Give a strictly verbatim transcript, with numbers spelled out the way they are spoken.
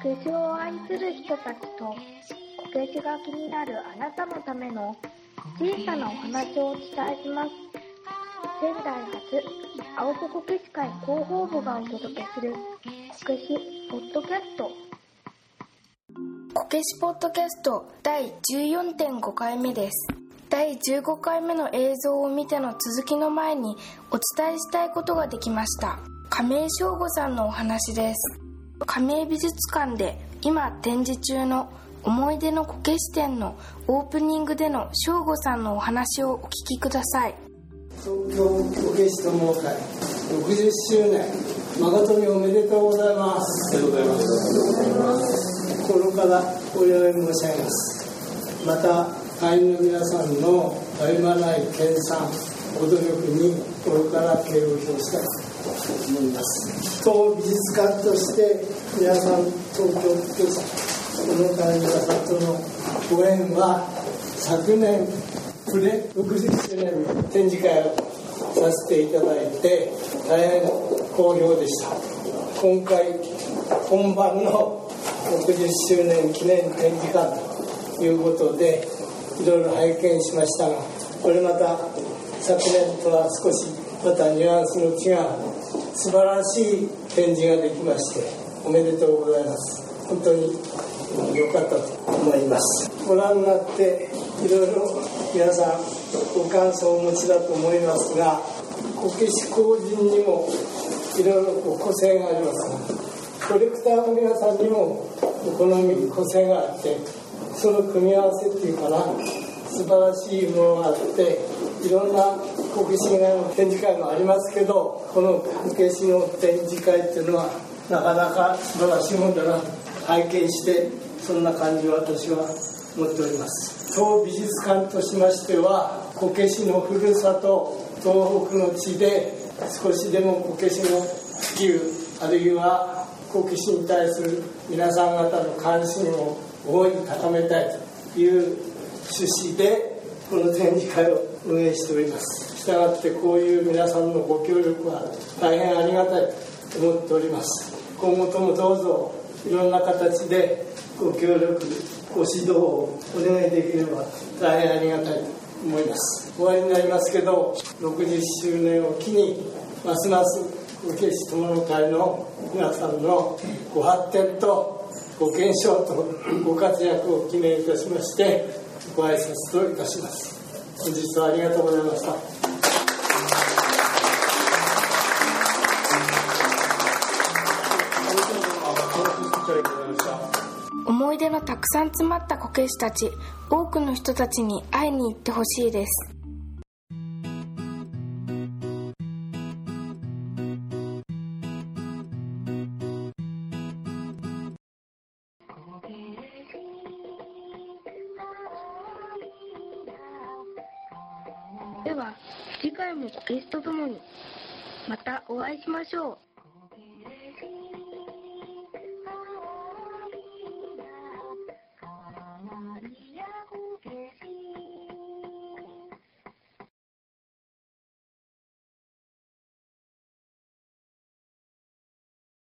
けしを愛する人たちとこけしが気になるあなたのための小さなお話をお伝えします。仙台発青子こけし会広報部がお届けするこけしポッドキャスト。 こけしポッドキャストだいじゅうよんてんごかいめです。だいじゅうごかいめの映像を見ての続きの前にお伝えしたいことができました。亀井翔吾さんのお話です。亀井美術館で今展示中の思い出のこけし展のオープニングでの翔吾さんのお話をお聞きください。 東京こけし友会ろくじゅっしゅうねん誠におめでとうございます。 ありがとうございます。 心からお祝い申し上げます。また会員の皆さんの絶え間ない研鑽ご努力に心から敬意を表したいと思います。当美術館として皆さん東京こけしこの会の皆さんとのご縁は昨年暮れろくじゅっしゅうねんの展示会をさせていただいて大変好評でした。今回本番のろくじゅっしゅうねん記念展示会ということでいろいろ拝見しましたが、これまた昨年とは少しまたニュアンスの違う素晴らしい展示ができましておめでとうございます。本当に良かったと思います。ご覧になっていろいろ皆さんご感想をお持ちだと思いますが、こけし工人にもいろいろ個性がありますが、コレクターの皆さんにも好み個性があって、その組み合わせっていうかな、素晴らしいものがあって、いろんなこけしの展示会もありますけど、このこけしの展示会っていうのはなかなか素晴らしいものだなと拝見して、そんな感じを私は持っております。当美術館としましてはこけしのふるさと東北の地で少しでもこけしの普及、あるいはこけしに対する皆さん方の関心を大いに高めたいという趣旨でこの展示会を運営しております。したがってこういう皆さんのご協力は大変ありがたいと思っております。今後ともどうぞいろんな形でご協力ご指導をお願いできれば大変ありがたいと思います。終わりになりますけどろくじゅっしゅうねんを機にますますこけし友の会の皆さんのご発展とご健勝とご活躍を記念いたしましてご挨拶といたします。本日はありがとうございました。 思い出のたくさん詰まったこけしたち、多くの人たちに会いに行ってほしいです。 では次回もこけしとともにまたお会いしましょう。